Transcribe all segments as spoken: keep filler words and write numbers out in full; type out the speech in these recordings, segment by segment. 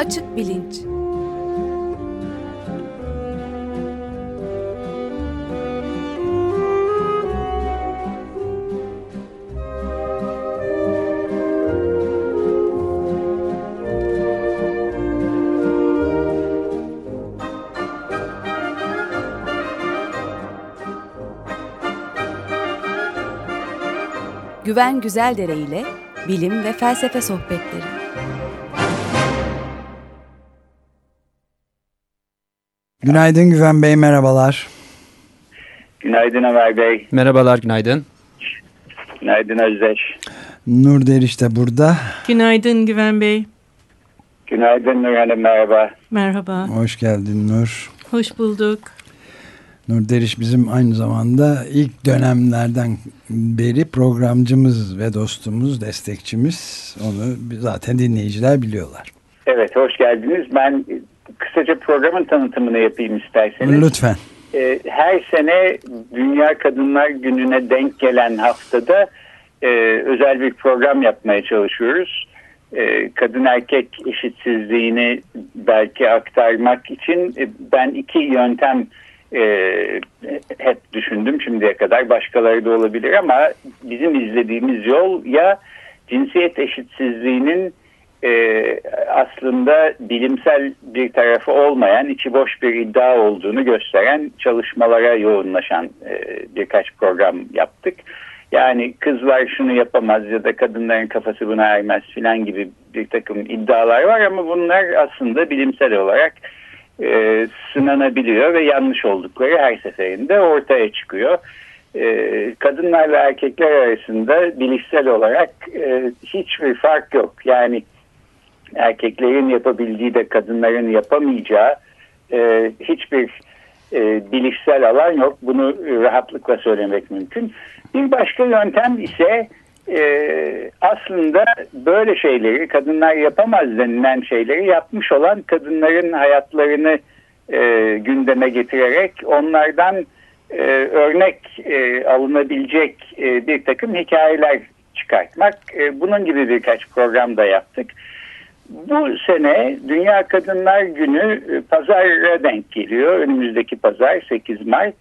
Açık bilinç. Güven Güzeldere ile bilim ve felsefe sohbetleri. Günaydın Güven Bey, merhabalar. Günaydın Ömer Bey. Merhabalar, günaydın. Günaydın Özdeş. Nur Deriş de burada. Günaydın Güven Bey. Günaydın Nur Hanım, merhaba. Merhaba. Hoş geldin Nur. Hoş bulduk. Nur Deriş bizim aynı zamanda ilk dönemlerden beri programcımız ve dostumuz, destekçimiz. Onu zaten dinleyiciler biliyorlar. Evet, hoş geldiniz. Ben kısaca programın tanıtımını yapayım isterseniz. Lütfen. Her sene Dünya Kadınlar Günü'ne denk gelen haftada özel bir program yapmaya çalışıyoruz. Kadın erkek eşitsizliğini belki aktarmak için ben iki yöntem Ee, hep düşündüm şimdiye kadar, başkaları da olabilir ama bizim izlediğimiz yol ya cinsiyet eşitsizliğinin e, aslında bilimsel bir tarafı olmayan, içi boş bir iddia olduğunu gösteren çalışmalara yoğunlaşan e, birkaç program yaptık. Yani kızlar şunu yapamaz ya da kadınların kafası buna ermez filan gibi bir takım iddialar var ama bunlar aslında bilimsel olarak E, sınanabiliyor ve yanlış oldukları her seferinde ortaya çıkıyor. E, kadınlarla erkekler arasında bilişsel olarak e, hiçbir fark yok. Yani erkeklerin yapabildiği de kadınların yapamayacağı e, hiçbir e, bilişsel alan yok. Bunu rahatlıkla söylemek mümkün. Bir başka yöntem ise Ee, aslında böyle şeyleri, kadınlar yapamaz denilen şeyleri yapmış olan kadınların hayatlarını e, gündeme getirerek onlardan e, örnek e, alınabilecek e, bir takım hikayeler çıkartmak. E, bunun gibi birkaç program da yaptık. Bu sene Dünya Kadınlar Günü e, pazara denk geliyor. Önümüzdeki pazar sekiz Mart.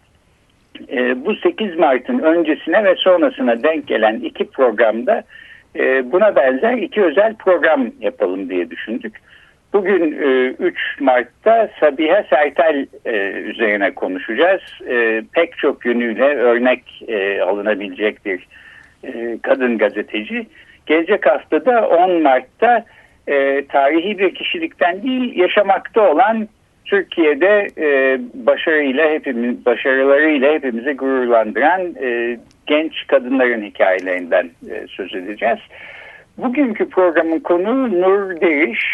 E, bu sekiz Mart'ın öncesine ve sonrasına denk gelen iki programda e, buna benzer iki özel program yapalım diye düşündük. Bugün e, üç Mart'ta Sabiha Sertel e, üzerine konuşacağız. E, pek çok yönüyle örnek e, alınabilecek bir e, kadın gazeteci. Gelecek haftada on Mart'ta e, tarihi bir kişilikten değil, yaşamakta olan, Türkiye'de e, başarıyla hepimiz, başarılarıyla hepimizi gururlandıran e, genç kadınların hikayelerinden e, söz edeceğiz. Bugünkü programın konuğu Nur Deriş.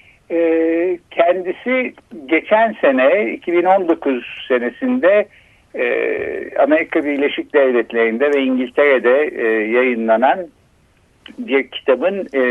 E, kendisi geçen sene iki bin on dokuz senesinde e, Amerika Birleşik Devletleri'nde ve İngiltere'de e, yayınlanan bir kitabın e,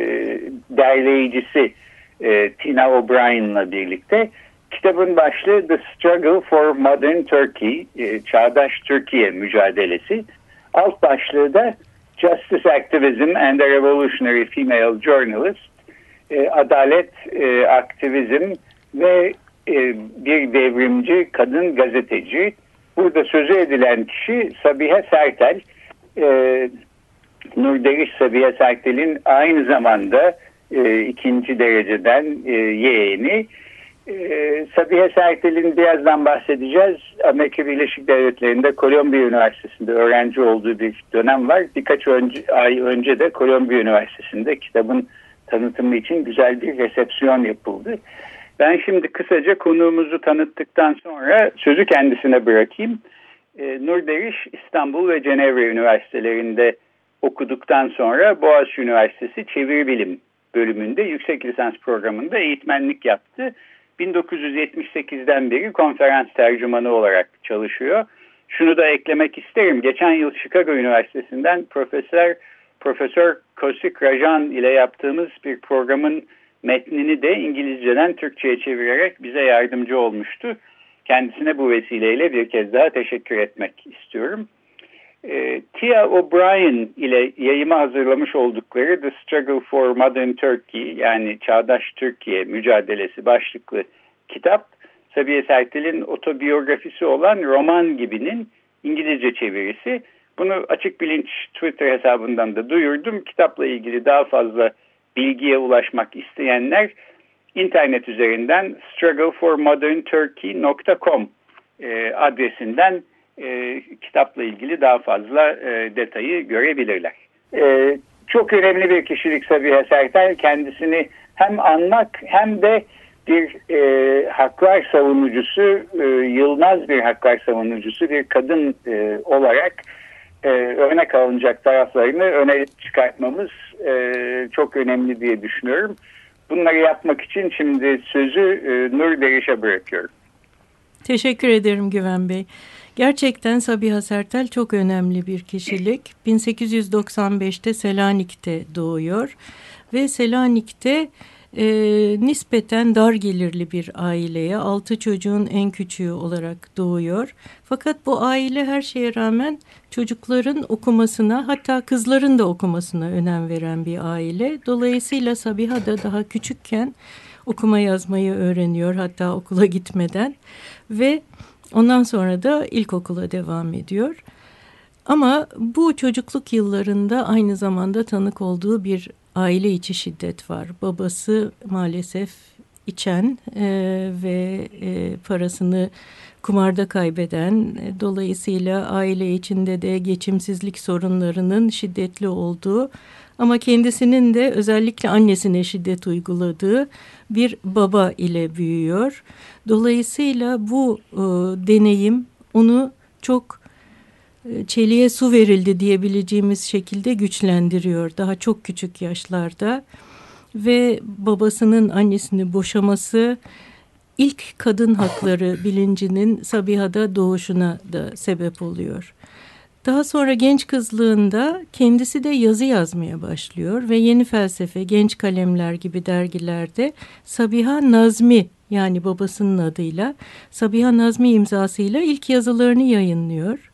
derleyicisi e, Tina O'Brien'la birlikte. Kitabın başlığı The Struggle for Modern Turkey, e, Çağdaş Türkiye Mücadelesi. Alt başlığı da Justice Activism and a Revolutionary Female Journalist, e, Adalet, e, Aktivizm ve e, bir devrimci kadın gazeteci. Burada sözü edilen kişi Sabiha Sertel. E, Nur Deriş, Sabiha Sertel'in aynı zamanda e, ikinci dereceden e, yeğeni. Ee, Sabiha Sertel'in birazdan bahsedeceğiz. Amerika Birleşik Devletleri'nde Kolombiya Üniversitesi'nde öğrenci olduğu bir dönem var. Birkaç önce, ay önce de Kolombiya Üniversitesi'nde kitabın tanıtımı için güzel bir resepsiyon yapıldı. Ben şimdi kısaca konuğumuzu tanıttıktan sonra sözü kendisine bırakayım. Ee, Nur Deriş İstanbul ve Cenevre Üniversitelerinde okuduktan sonra Boğaziçi Üniversitesi Çeviri Bilim bölümünde yüksek lisans programında eğitmenlik yaptı. bin dokuz yüz yetmiş sekizden beri konferans tercümanı olarak çalışıyor. Şunu da eklemek isterim. Geçen yıl Chicago Üniversitesi'nden Profesör Profesör Kosik Rajan ile yaptığımız bir programın metnini de İngilizceden Türkçe'ye çevirerek bize yardımcı olmuştu. Kendisine bu vesileyle bir kez daha teşekkür etmek istiyorum. E, Tia O'Brien ile yayıma hazırlamış oldukları The Struggle for Modern Turkey, yani Çağdaş Türkiye Mücadelesi başlıklı kitap, Sabiha Sertel'in otobiyografisi olan Roman Gibi'nin İngilizce çevirisi. Bunu Açık Bilinç Twitter hesabından da duyurdum. Kitapla ilgili daha fazla bilgiye ulaşmak isteyenler internet üzerinden struggle for modern turkey nokta com e, adresinden e, kitapla ilgili daha fazla e, detayı görebilirler. E, çok önemli bir kişilik Sabiha Sertel. Kendisini hem anmak hem de bir e, haklar savunucusu, e, yılmaz bir haklar savunucusu, bir kadın e, olarak e, örnek alınacak taraflarını öne çıkartmamız e, çok önemli diye düşünüyorum. Bunları yapmak için şimdi sözü e, Nur Deriş'e bırakıyorum. Teşekkür ederim Güven Bey. Gerçekten Sabiha Sertel çok önemli bir kişilik. bin sekiz yüz doksan beşte Selanik'te doğuyor ve Selanik'te e, nispeten dar gelirli bir aileye, altı çocuğun en küçüğü olarak doğuyor. Fakat bu aile her şeye rağmen çocukların okumasına, hatta kızların da okumasına önem veren bir aile. Dolayısıyla Sabiha da daha küçükken okuma yazmayı öğreniyor, hatta okula gitmeden, ve ondan sonra da ilkokula devam ediyor. Ama bu çocukluk yıllarında aynı zamanda tanık olduğu bir aile içi şiddet var. Babası maalesef içen e, ve e, parasını kumarda kaybeden, e, dolayısıyla aile içinde de geçimsizlik sorunlarının şiddetli olduğu ama kendisinin de özellikle annesine şiddet uyguladığı bir baba ile büyüyor. Dolayısıyla bu e, deneyim onu çok e, çeliğe su verildi diyebileceğimiz şekilde güçlendiriyor. Daha çok küçük yaşlarda ve babasının annesini boşaması ilk kadın hakları bilincinin Sabiha'da doğuşuna da sebep oluyor. Daha sonra genç kızlığında kendisi de yazı yazmaya başlıyor ve Yeni Felsefe, Genç Kalemler gibi dergilerde Sabiha Nazmi, yani babasının adıyla Sabiha Nazmi imzasıyla ilk yazılarını yayınlıyor.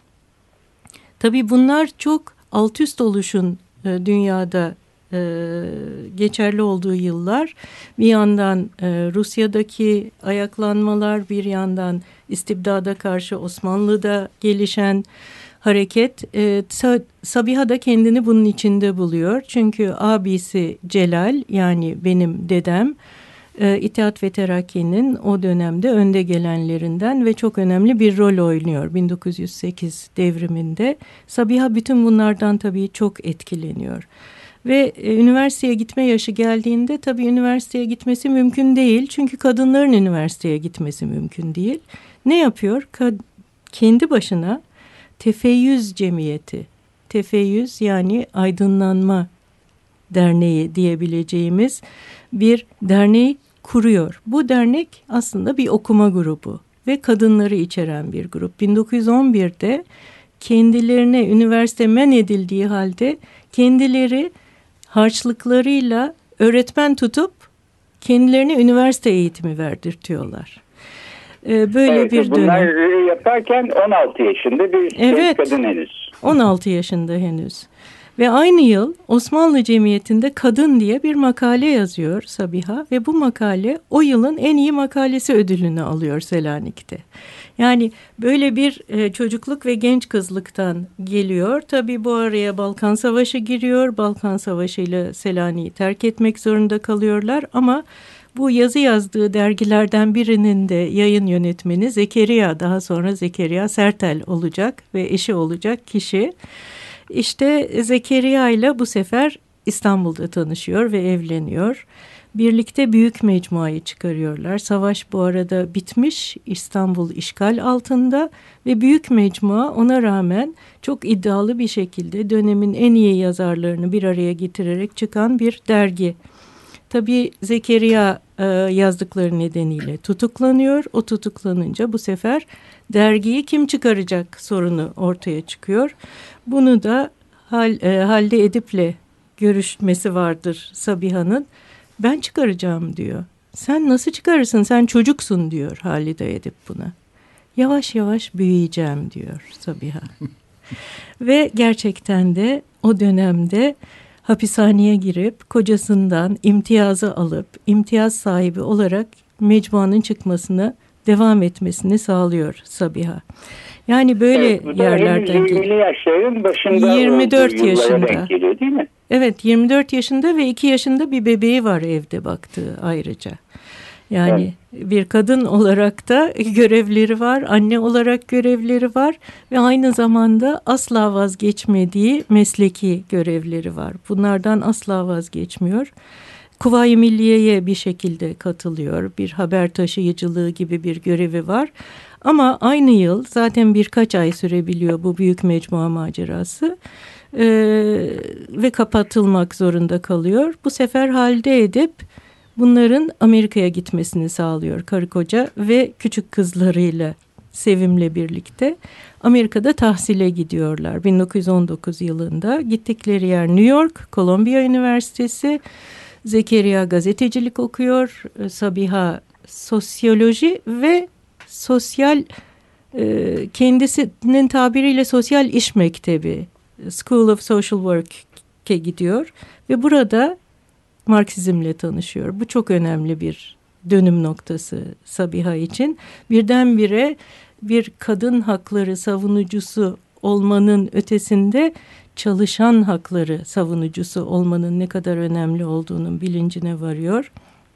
Tabii bunlar çok alt üst oluşun e, dünyada e, geçerli olduğu yıllar. Bir yandan e, Rusya'daki ayaklanmalar, bir yandan istibdada karşı Osmanlı'da gelişen hareket. E, Sabiha da kendini bunun içinde buluyor. Çünkü abisi Celal, yani benim dedem, e, İttihat ve Terakki'nin o dönemde önde gelenlerinden ve çok önemli bir rol oynuyor bin dokuz yüz sekiz devriminde. Sabiha bütün bunlardan tabii çok etkileniyor. Ve e, üniversiteye gitme yaşı geldiğinde tabii üniversiteye gitmesi mümkün değil. Çünkü kadınların üniversiteye gitmesi mümkün değil. Ne yapıyor? Ka- kendi başına Tefeyyüz Cemiyeti, Tefeyyüz yani aydınlanma derneği diyebileceğimiz bir derneği kuruyor. Bu dernek aslında bir okuma grubu ve kadınları içeren bir grup. bin dokuz yüz on birde kendilerine üniversite men edildiği halde kendileri harçlıklarıyla öğretmen tutup kendilerine üniversite eğitimi verdirtiyorlar. Böyle evet, bir bunlar dönem. yaparken on altı yaşında bir evet, kadın henüz. on altı yaşında henüz. Ve aynı yıl Osmanlı Cemiyeti'nde Kadın diye bir makale yazıyor Sabiha ve bu makale o yılın en iyi makalesi ödülünü alıyor Selanik'te. Yani böyle bir e, çocukluk ve genç kızlıktan geliyor. Tabii bu araya Balkan Savaşı giriyor. Balkan Savaşı ile Selanik'i terk etmek zorunda kalıyorlar ama bu yazı yazdığı dergilerden birinin de yayın yönetmeni Zekeriya, daha sonra Zekeriya Sertel olacak ve eşi olacak kişi. İşte Zekeriya ile bu sefer İstanbul'da tanışıyor ve evleniyor. Birlikte büyük mecmuayı çıkarıyorlar. Savaş bu arada bitmiş, İstanbul işgal altında ve büyük mecmua ona rağmen çok iddialı bir şekilde dönemin en iyi yazarlarını bir araya getirerek çıkan bir dergi. Tabii Zekeriya e, yazdıkları nedeniyle tutuklanıyor. O tutuklanınca bu sefer dergiyi kim çıkaracak sorunu ortaya çıkıyor. Bunu da Hal, e, Halide Edip'le görüşmesi vardır Sabiha'nın. Ben çıkaracağım diyor. Sen nasıl çıkarırsın? Sen çocuksun diyor Halide Edip buna. Yavaş yavaş büyüyeceğim diyor Sabiha. Ve gerçekten de o dönemde hapishaneye girip kocasından imtiyazı alıp imtiyaz sahibi olarak mecmuanın çıkmasına devam etmesini sağlıyor Sabiha. Yani böyle evet, yerlerden geliyor. yirmili yaşların başında yirmi dört yaşında. Denk geliyor, değil mi? Evet, yirmi dört yaşında ve iki yaşında bir bebeği var evde baktığı ayrıca. Yani evet. Bir kadın olarak da görevleri var, anne olarak görevleri var ve aynı zamanda asla vazgeçmediği mesleki görevleri var. Bunlardan asla vazgeçmiyor. Kuvayi Milliye'ye bir şekilde katılıyor. Bir haber taşıyıcılığı gibi bir görevi var. Ama aynı yıl, zaten birkaç ay sürebiliyor bu büyük mecmua macerası ee, ve kapatılmak zorunda kalıyor. Bu sefer halde edip bunların Amerika'ya gitmesini sağlıyor karı koca ve küçük kızlarıyla, Sevim'le birlikte. Amerika'da tahsile gidiyorlar bin dokuz yüz on dokuz yılında. Gittikleri yer New York, Columbia Üniversitesi. Zekeriya gazetecilik okuyor, Sabiha sosyoloji ve sosyal, kendisinin tabiriyle sosyal iş mektebi, School of Social Work'e gidiyor ve burada Marksizmle tanışıyor. Bu çok önemli bir dönüm noktası Sabiha için. Birdenbire bir kadın hakları savunucusu olmanın ötesinde çalışan hakları savunucusu olmanın ne kadar önemli olduğunun bilincine varıyor.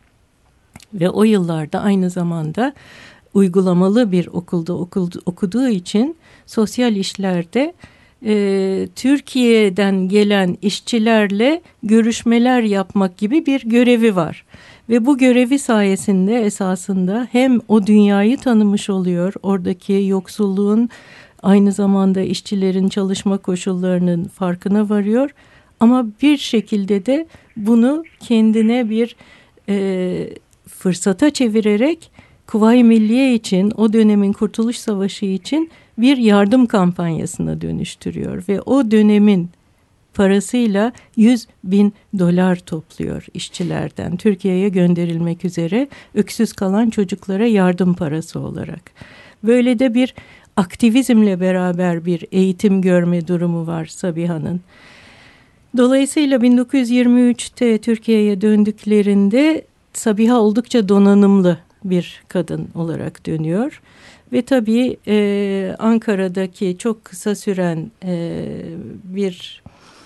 Ve o yıllarda aynı zamanda uygulamalı bir okulda okuldu, okuduğu için sosyal işlerde e, Türkiye'den gelen işçilerle görüşmeler yapmak gibi bir görevi var. Ve bu görevi sayesinde esasında hem o dünyayı tanımış oluyor, oradaki yoksulluğun, aynı zamanda işçilerin çalışma koşullarının farkına varıyor. Ama bir şekilde de bunu kendine bir e, fırsata çevirerek Kuvayi Milliye için, o dönemin Kurtuluş Savaşı için bir yardım kampanyasına dönüştürüyor. Ve o dönemin parasıyla yüz bin dolar topluyor işçilerden, Türkiye'ye gönderilmek üzere öksüz kalan çocuklara yardım parası olarak. Böyle de bir aktivizmle beraber bir eğitim görme durumu var Sabiha'nın. Dolayısıyla bin dokuz yüz yirmi üçte Türkiye'ye döndüklerinde Sabiha oldukça donanımlı bir kadın olarak dönüyor. Ve tabii e, Ankara'daki çok kısa süren e, bir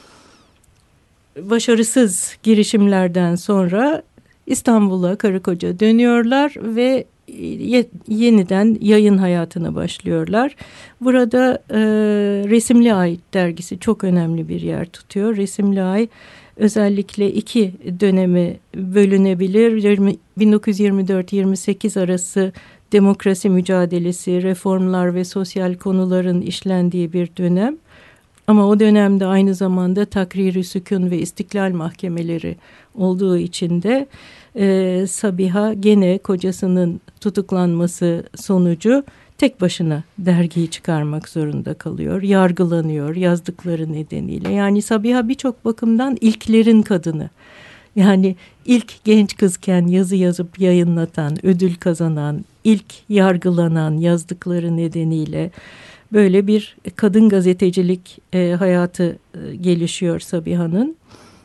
başarısız girişimlerden sonra İstanbul'a karı koca dönüyorlar ve ye, yeniden yayın hayatına başlıyorlar. Burada e, Resimli Ay dergisi çok önemli bir yer tutuyor. Resimli Ay özellikle iki döneme bölünebilir. bin dokuz yüz yirmi dört yirmi sekiz arası demokrasi mücadelesi, reformlar ve sosyal konuların işlendiği bir dönem. Ama o dönemde aynı zamanda Takrir-i Sükun ve İstiklal mahkemeleri olduğu için de e, Sabiha gene kocasının tutuklanması sonucu tek başına dergiyi çıkarmak zorunda kalıyor. Yargılanıyor yazdıkları nedeniyle. Yani Sabiha birçok bakımdan ilklerin kadını. Yani ilk genç kızken yazı yazıp yayınlatan, ödül kazanan, ilk yargılanan yazdıkları nedeniyle böyle bir kadın gazetecilik e, hayatı e, gelişiyor Sabiha'nın.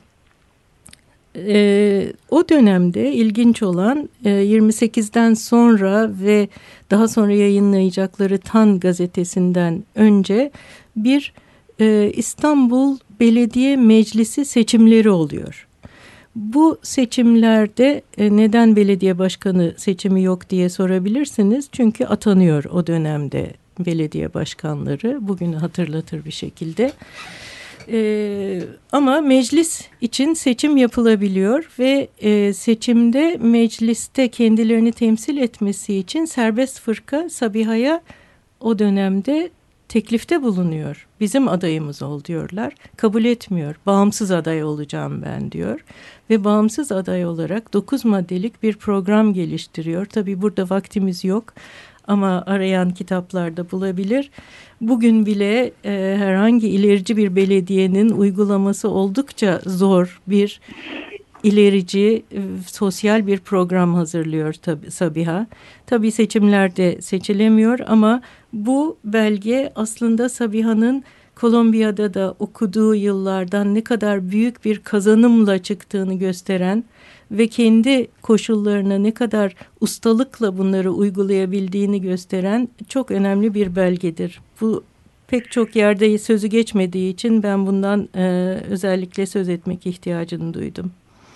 E, o dönemde ilginç olan e, yirmi sekizden sonra ve daha sonra yayınlayacakları Tan gazetesinden önce bir e, İstanbul Belediye Meclisi seçimleri oluyor. Bu seçimlerde e, neden belediye başkanı seçimi yok diye sorabilirsiniz. Çünkü atanıyor o dönemde belediye başkanları, bugünü hatırlatır bir şekilde. Ee, ama meclis için seçim yapılabiliyor ve e, seçimde mecliste kendilerini temsil etmesi için serbest fırka Sabiha'ya o dönemde teklifte bulunuyor. Bizim adayımız ol diyorlar. Kabul etmiyor. Bağımsız aday olacağım ben diyor. Ve bağımsız aday olarak dokuz maddelik bir program geliştiriyor. Tabii burada vaktimiz yok. Ama arayan kitaplarda bulabilir. Bugün bile e, herhangi ilerici bir belediyenin uygulaması oldukça zor bir ilerici e, sosyal bir program hazırlıyor tabii, Sabiha. Tabii seçimlerde seçilemiyor ama bu belge aslında Sabiha'nın Kolombiya'da da okuduğu yıllardan ne kadar büyük bir kazanımla çıktığını gösteren ve kendi koşullarına ne kadar ustalıkla bunları uygulayabildiğini gösteren çok önemli bir belgedir. Bu pek çok yerde sözü geçmediği için ben bundan e, özellikle söz etmek ihtiyacını duydum.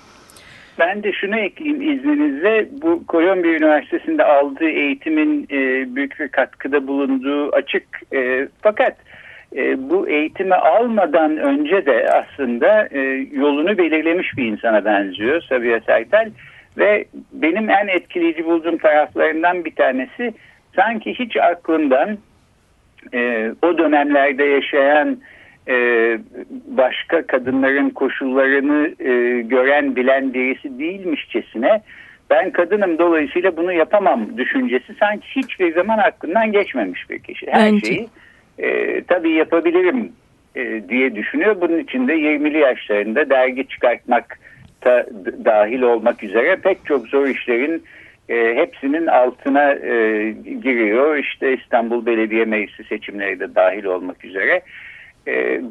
Ben de şunu ekleyeyim izninizle. Bu Kolombiya Üniversitesi'nde aldığı eğitimin e, büyük bir katkıda bulunduğu açık. E, fakat e, bu eğitimi almadan önce de aslında e, yolunu belirlemiş bir insana benziyor Sabiha Sertel. Ve benim en etkileyici bulduğum taraflarından bir tanesi, sanki hiç aklından e, o dönemlerde yaşayan Ee, başka kadınların koşullarını e, gören, bilen birisi değilmişçesine, ben kadınım dolayısıyla bunu yapamam düşüncesi sanki hiçbir zaman aklından geçmemiş bir kişi. Her Bence. şeyi e, tabii yapabilirim e, diye düşünüyor. Bunun için de yirmili yaşlarında dergi çıkartmak da dahil olmak üzere pek çok zor işlerin e, hepsinin altına e, giriyor. İşte İstanbul Belediye Meclisi seçimleri de dahil olmak üzere. Ee,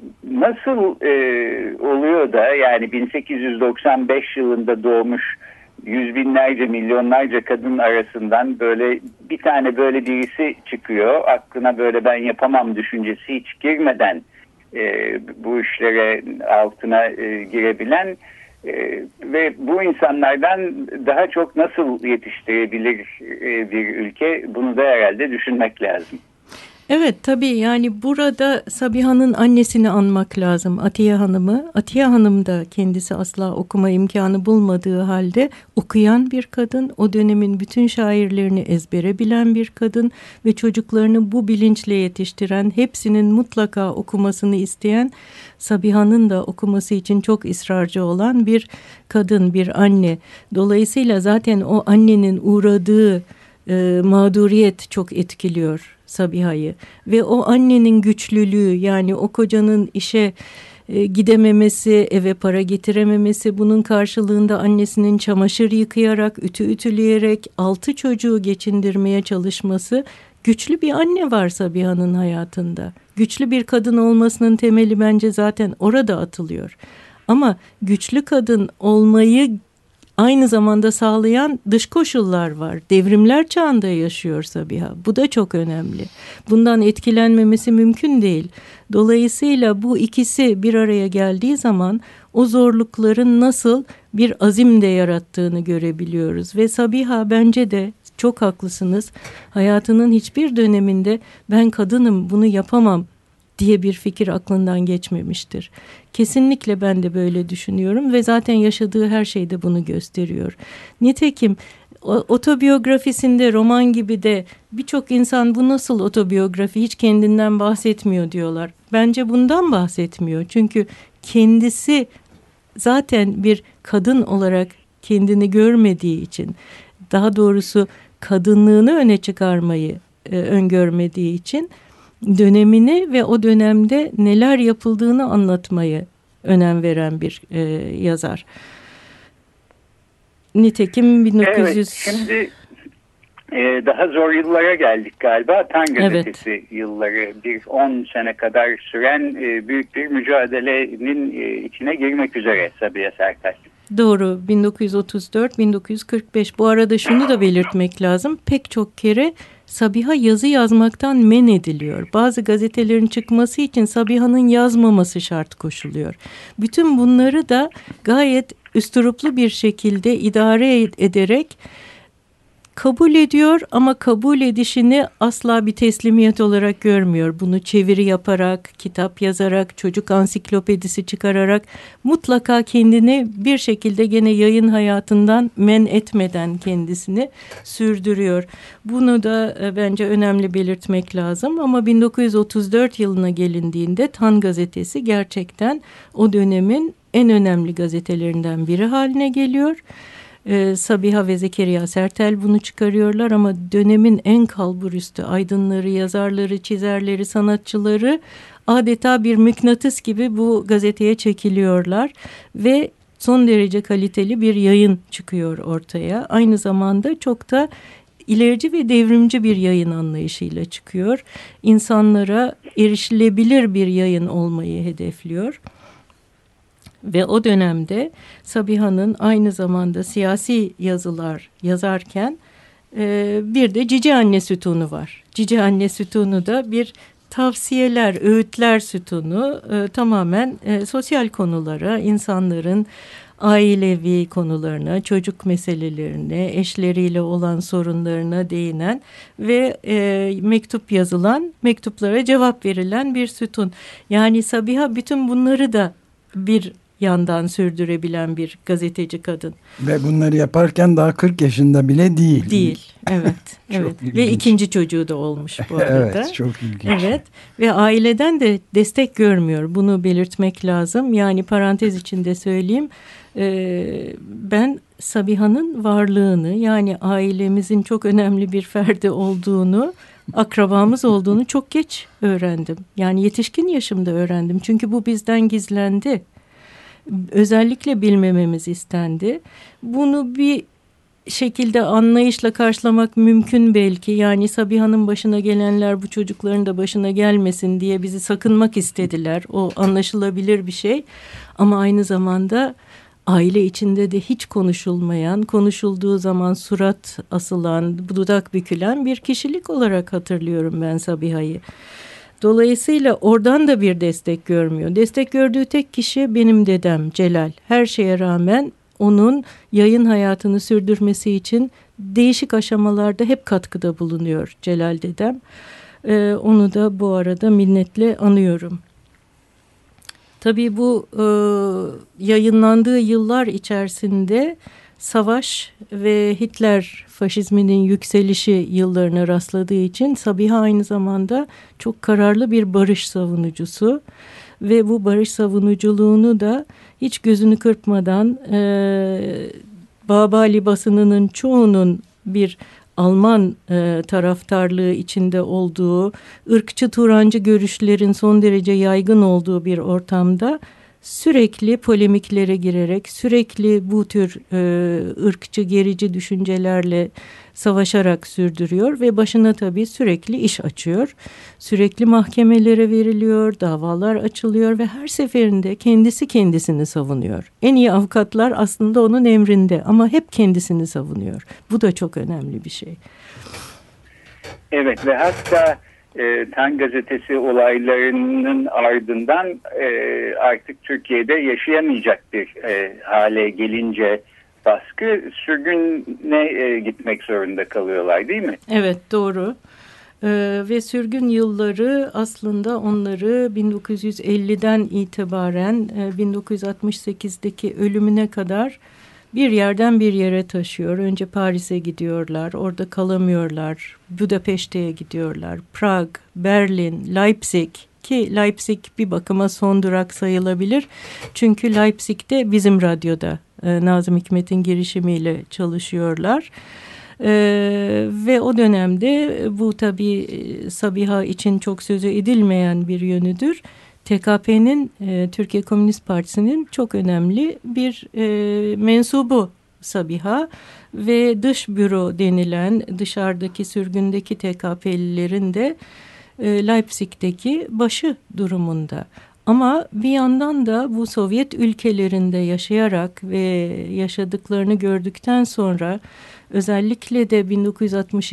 nasıl e, oluyor da yani bin sekiz yüz doksan beş yılında doğmuş yüz binlerce, milyonlarca kadın arasından böyle bir tane böyle birisi çıkıyor, aklına böyle ben yapamam düşüncesi hiç girmeden e, bu işlere altına e, girebilen e, ve bu insanlardan daha çok nasıl yetiştirebilir e, bir ülke, bunu da herhalde düşünmek lazım. Evet, tabii yani burada Sabiha'nın annesini anmak lazım, Atiye Hanım'ı. Atiye Hanım da kendisi asla okuma imkanı bulmadığı halde okuyan bir kadın, o dönemin bütün şairlerini ezbere bilen bir kadın ve çocuklarını bu bilinçle yetiştiren, hepsinin mutlaka okumasını isteyen, Sabiha'nın da okuması için çok ısrarcı olan bir kadın, bir anne. Dolayısıyla zaten o annenin uğradığı e, mağduriyet çok etkiliyor Sabiha'yı ve o annenin güçlülüğü, yani o kocanın işe e, gidememesi, eve para getirememesi, bunun karşılığında annesinin çamaşır yıkayarak, ütü ütüleyerek altı çocuğu geçindirmeye çalışması, güçlü bir anne var Sabiha'nın hayatında. Güçlü bir kadın olmasının temeli bence zaten orada atılıyor. Ama güçlü kadın olmayı aynı zamanda sağlayan dış koşullar var. Devrimler çağında yaşıyor Sabiha. Bu da çok önemli. Bundan etkilenmemesi mümkün değil. Dolayısıyla bu ikisi bir araya geldiği zaman o zorlukların nasıl bir azim de yarattığını görebiliyoruz. Ve Sabiha bence de çok haklısınız. Hayatının hiçbir döneminde ben kadınım, bunu yapamam diye bir fikir aklından geçmemiştir. Kesinlikle ben de böyle düşünüyorum ve zaten yaşadığı her şey de bunu gösteriyor. Nitekim otobiyografisinde, roman gibi de birçok insan bu nasıl otobiyografi, hiç kendinden bahsetmiyor diyorlar. Bence bundan bahsetmiyor. Çünkü kendisi zaten bir kadın olarak kendini görmediği için, daha doğrusu kadınlığını öne çıkarmayı e, öngörmediği için dönemini ve o dönemde neler yapıldığını anlatmayı önem veren bir e, yazar. Nitekim bin dokuz yüz... Evet, şimdi e, daha zor yıllara geldik galiba. Tan Gazetesi evet. Yılları, bir on sene kadar süren e, büyük bir mücadelenin e, içine girmek üzere Sabiha Sertel. Doğru, bin dokuz yüz otuz dört bin dokuz yüz kırk beş. Bu arada şunu da belirtmek lazım. Pek çok kere Sabiha yazı yazmaktan men ediliyor. Bazı gazetelerin çıkması için Sabiha'nın yazmaması şart koşuluyor. Bütün bunları da gayet üstüruplu bir şekilde idare ederek kabul ediyor ama kabul edişini asla bir teslimiyet olarak görmüyor. Bunu çeviri yaparak, kitap yazarak, çocuk ansiklopedisi çıkararak mutlaka kendini bir şekilde gene yayın hayatından men etmeden kendisini sürdürüyor. Bunu da bence önemli belirtmek lazım ama bin dokuz yüz otuz dört yılına gelindiğinde Tan Gazetesi gerçekten o dönemin en önemli gazetelerinden biri haline geliyor. Ee, Sabiha ve Zekeriya Sertel bunu çıkarıyorlar ama dönemin en kalburüstü aydınları, yazarları, çizerleri, sanatçıları adeta bir mıknatıs gibi bu gazeteye çekiliyorlar ve son derece kaliteli bir yayın çıkıyor ortaya. Aynı zamanda çok da ilerici ve devrimci bir yayın anlayışıyla çıkıyor. İnsanlara erişilebilir bir yayın olmayı hedefliyor. Ve o dönemde Sabiha'nın aynı zamanda siyasi yazılar yazarken e, bir de Cici Anne sütunu var. Cici Anne sütunu da bir tavsiyeler, öğütler sütunu, e, tamamen e, sosyal konulara, insanların ailevi konularına, çocuk meselelerine, eşleriyle olan sorunlarına değinen ve e, mektup yazılan, mektuplara cevap verilen bir sütun. Yani Sabiha bütün bunları da bir yandan sürdürebilen bir gazeteci kadın. Ve bunları yaparken daha kırk yaşında bile değil. Değil, evet. evet. Ve ikinci çocuğu da olmuş bu arada. Evet, çok ilginç. Evet, ve aileden de destek görmüyor. Bunu belirtmek lazım. Yani parantez içinde söyleyeyim. Ee, ben Sabiha'nın varlığını, yani ailemizin çok önemli bir ferdi olduğunu, akrabamız olduğunu çok geç öğrendim. Yani yetişkin yaşımda öğrendim. Çünkü bu bizden gizlendi. Özellikle bilmememiz istendi. Bunu bir şekilde anlayışla karşılamak mümkün belki. Yani Sabiha'nın başına gelenler bu çocukların da başına gelmesin diye bizi sakınmak istediler. O anlaşılabilir bir şey. Ama aynı zamanda aile içinde de hiç konuşulmayan, konuşulduğu zaman surat asılan, dudak bükülen bir kişilik olarak hatırlıyorum ben Sabiha'yı. Dolayısıyla oradan da bir destek görmüyor. Destek gördüğü tek kişi benim dedem Celal. Her şeye rağmen onun yayın hayatını sürdürmesi için değişik aşamalarda hep katkıda bulunuyor Celal dedem. Ee, onu da bu arada minnetle anıyorum. Tabii bu e, yayınlandığı yıllar içerisinde savaş ve Hitler faşizminin yükselişi yıllarına rastladığı için Sabiha aynı zamanda çok kararlı bir barış savunucusu ve bu barış savunuculuğunu da hiç gözünü kırpmadan e, Babali basınının çoğunun bir Alman e, taraftarlığı içinde olduğu, ırkçı Turancı görüşlerin son derece yaygın olduğu bir ortamda sürekli polemiklere girerek, sürekli bu tür e, ırkçı, gerici düşüncelerle savaşarak sürdürüyor ve başına tabii sürekli iş açıyor. Sürekli mahkemelere veriliyor, davalar açılıyor ve her seferinde kendisi kendisini savunuyor. En iyi avukatlar aslında onun emrinde ama hep kendisini savunuyor. Bu da çok önemli bir şey. Evet ve hatta e, Tan Gazetesi olaylarının ardından e, artık Türkiye'de yaşayamayacak bir e, hale gelince baskı sürgüne e, gitmek zorunda kalıyorlar değil mi? Evet, doğru. Ee, ve sürgün yılları aslında onları bin dokuz yüz elliden itibaren e, bin dokuz yüz altmış sekizdeki ölümüne kadar bir yerden bir yere taşıyor. Önce Paris'e gidiyorlar, orada kalamıyorlar. Budapeşte'ye gidiyorlar. Prag, Berlin, Leipzig, ki Leipzig bir bakıma son durak sayılabilir. Çünkü Leipzig'te bizim radyoda e, Nazım Hikmet'in girişimiyle çalışıyorlar. Ee, ve o dönemde bu tabii Sabiha için çok sözü edilmeyen bir yönüdür. T K P'nin, e, Türkiye Komünist Partisi'nin çok önemli bir e, mensubu Sabiha ve dış büro denilen dışarıdaki sürgündeki T K P'lilerin de e, Leipzig'teki başı durumunda. Ama bir yandan da bu Sovyet ülkelerinde yaşayarak ve yaşadıklarını gördükten sonra özellikle de bin dokuz yüz altmış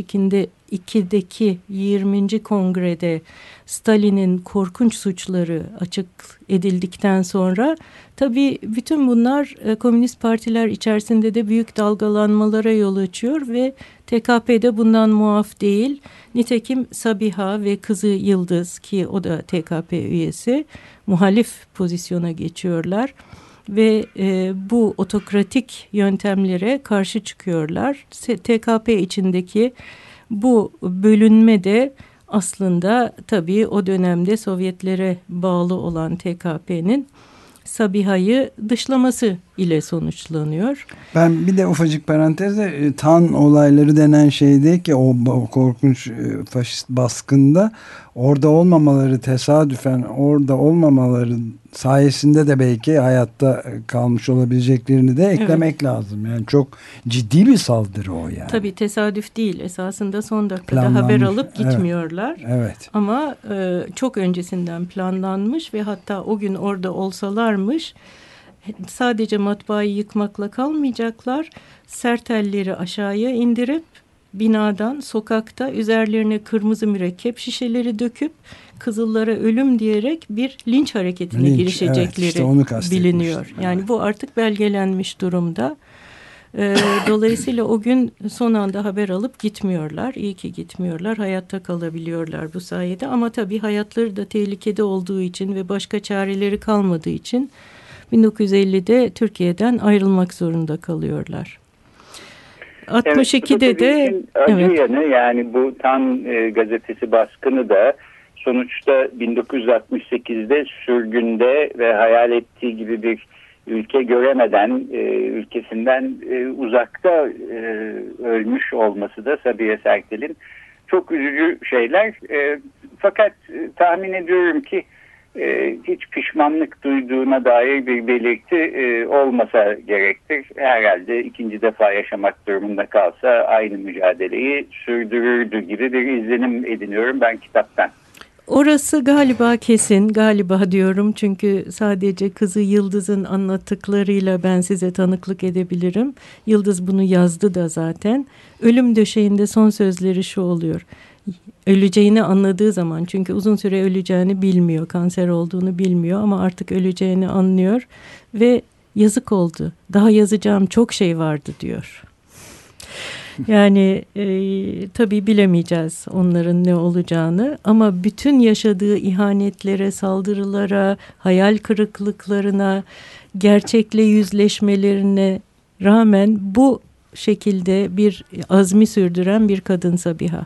ikideki yirminci kongrede Stalin'in korkunç suçları açık edildikten sonra tabii bütün bunlar komünist partiler içerisinde de büyük dalgalanmalara yol açıyor ve T K P'de bundan muaf değil. Nitekim Sabiha ve kızı Yıldız, ki o da T K P üyesi, muhalif pozisyona geçiyorlar. Ve e, bu otokratik yöntemlere karşı çıkıyorlar. T K P içindeki bu bölünme de aslında tabii o dönemde Sovyetlere bağlı olan T K P'nin Sabiha'yı dışlaması ile sonuçlanıyor. Ben bir de ufacık parantezde Tan olayları denen şeyde ki o, o korkunç faşist baskında orada olmamaları, tesadüfen orada olmamaları sayesinde de belki hayatta kalmış olabileceklerini de eklemek evet. lazım. Yani çok ciddi bir saldırı o yani. Tabii tesadüf değil. Esasında son dakikada planlanmış. Haber alıp gitmiyorlar. Evet. evet. Ama e, çok öncesinden planlanmış ve hatta o gün orada olsalarmış sadece matbaayı yıkmakla kalmayacaklar. Sertelleri aşağıya indirip binadan, sokakta üzerlerine kırmızı mürekkep şişeleri döküp Kızıllara ölüm diyerek bir linç hareketine linç, girişecekleri evet, işte biliniyor. Yani evet. bu artık belgelenmiş durumda. Ee, dolayısıyla o gün son anda haber alıp gitmiyorlar. İyi ki gitmiyorlar. Hayatta kalabiliyorlar bu sayede. Ama tabii hayatları da tehlikede olduğu için ve başka çareleri kalmadığı için bin dokuz yüz ellide Türkiye'den ayrılmak zorunda kalıyorlar. altmış ikide evet, de acı evet. yanı yani bu Tan e, gazetesi baskını da sonuçta bin dokuz yüz altmış sekizde sürgünde ve hayal ettiği gibi bir ülke göremeden e, ülkesinden e, uzakta e, ölmüş olması da Sabiha Sertel'in çok üzücü şeyler. E, fakat e, tahmin ediyorum ki e, hiç pişmanlık duyduğuna dair bir belirti e, olmasa gerektir. Herhalde ikinci defa yaşamak durumunda kalsa aynı mücadeleyi sürdürürdü gibi bir izlenim ediniyorum ben kitaptan. Orası galiba kesin, galiba diyorum çünkü sadece kızı Yıldız'ın anlattıklarıyla ben size tanıklık edebilirim. Yıldız bunu yazdı da zaten. Ölüm döşeğinde son sözleri şu oluyor. Öleceğini anladığı zaman, çünkü uzun süre öleceğini bilmiyor, kanser olduğunu bilmiyor ama artık öleceğini anlıyor ve yazık oldu. Daha yazacağım çok şey vardı diyor. Yani e, tabii bilemeyeceğiz onların ne olacağını ama bütün yaşadığı ihanetlere, saldırılara, hayal kırıklıklarına, gerçekle yüzleşmelerine rağmen bu şekilde bir azmi sürdüren bir kadın Sabiha.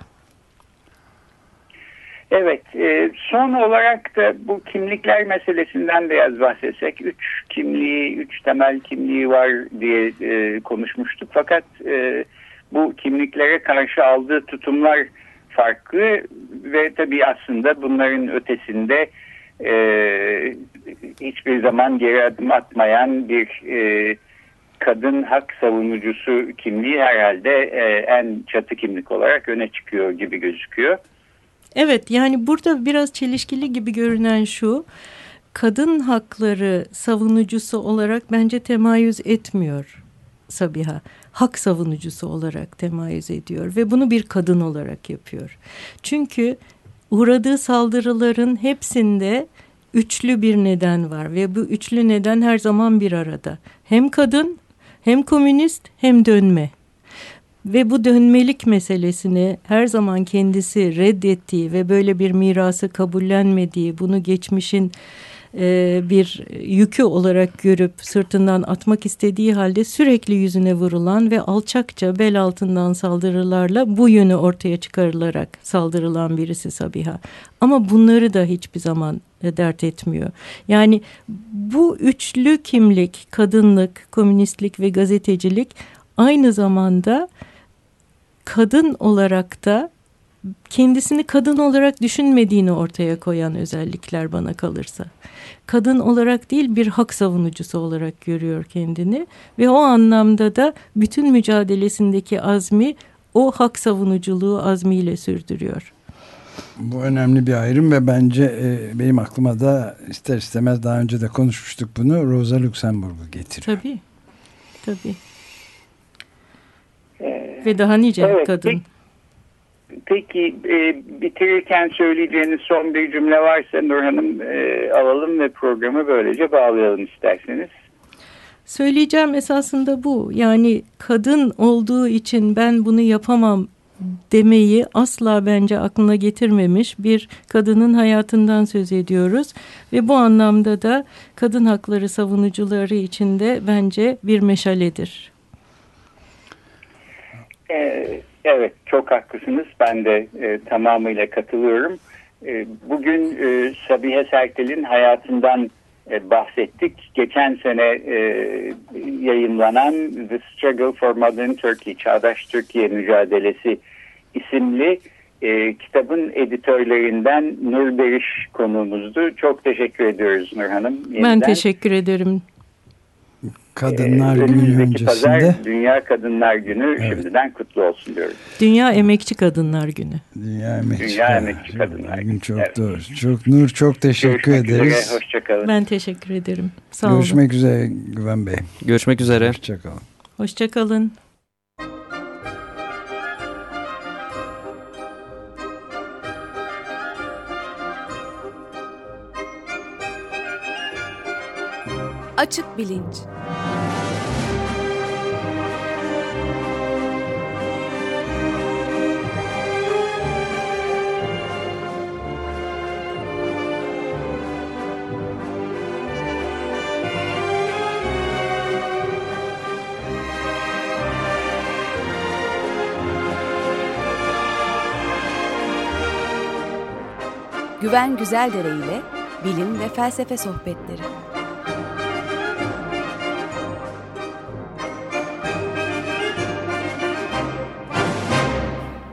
Evet, e, son olarak da bu kimlikler meselesinden biraz bahsetsek. Üç kimliği, üç temel kimliği var diye e, konuşmuştuk. Fakat e, bu kimliklere karşı aldığı tutumlar farklı ve tabii aslında bunların ötesinde e, hiçbir zaman geri adım atmayan bir e, kadın hak savunucusu kimliği herhalde e, en çatı kimlik olarak öne çıkıyor gibi gözüküyor. Evet, yani burada biraz çelişkili gibi görünen şu, kadın hakları savunucusu olarak bence temayüz etmiyor Sabiha. Hak savunucusu olarak temayüz ediyor ve bunu bir kadın olarak yapıyor. Çünkü uğradığı saldırıların hepsinde üçlü bir neden var ve bu üçlü neden her zaman bir arada. Hem kadın, hem komünist, hem dönme. Ve bu dönmelik meselesini her zaman kendisi reddettiği ve böyle bir mirası kabullenmediği, bunu geçmişin e, bir yükü olarak görüp sırtından atmak istediği halde sürekli yüzüne vurulan ve alçakça bel altından saldırılarla bu yönü ortaya çıkarılarak saldırılan birisi Sabiha. Ama bunları da hiçbir zaman dert etmiyor. Yani bu üçlü kimlik, kadınlık, komünistlik ve gazetecilik aynı zamanda kadın olarak da kendisini kadın olarak düşünmediğini ortaya koyan özellikler bana kalırsa. Kadın olarak değil bir hak savunucusu olarak görüyor kendini ve o anlamda da bütün mücadelesindeki azmi o hak savunuculuğu azmiyle sürdürüyor. Bu önemli bir ayrım ve bence e, benim aklıma da ister istemez daha önce de konuşmuştuk bunu, Rosa Luxemburg'u getiriyor. Tabii, tabii. Ee, ve daha nice evet, kadın. Peki e, bitirirken söyleyeceğiniz son bir cümle varsa Nur Hanım e, alalım ve programı böylece bağlayalım isterseniz. Söyleyeceğim esasında bu. Yani kadın olduğu için ben bunu yapamam demeyi asla bence aklına getirmemiş bir kadının hayatından söz ediyoruz. Ve bu anlamda da kadın hakları savunucuları için de bence bir meşaledir. Evet. Evet, çok haklısınız. Ben de e, tamamıyla katılıyorum. E, bugün e, Sabiha Sertel'in hayatından e, bahsettik. Geçen sene e, yayımlanan The Struggle for Modern Turkey, Çağdaş Türkiye Mücadelesi isimli E, kitabın editörlerinden Nur Deriş konuğumuzdu. Çok teşekkür ediyoruz Nur Hanım. Yeniden. Ben teşekkür ederim. Kadınlar ee, Günü öncesinde pazar Dünya Kadınlar Günü, evet, şimdiden kutlu olsun diyorum. Dünya Emekçi Kadınlar Günü. Dünya Emekçi, Dünya Emekçi Kadınlar Günü. Çok evet. doğru. Çok Nur, çok teşekkür Görüşmek ederiz. Üzere, hoşçakalın. Ben teşekkür ederim. Sağ olun. Görüşmek üzere Güven Bey. Görüşmek üzere. Hoşçakalın. Hoşçakalın. Açık Bilinç. Güven Güzeldere ile bilim ve felsefe sohbetleri.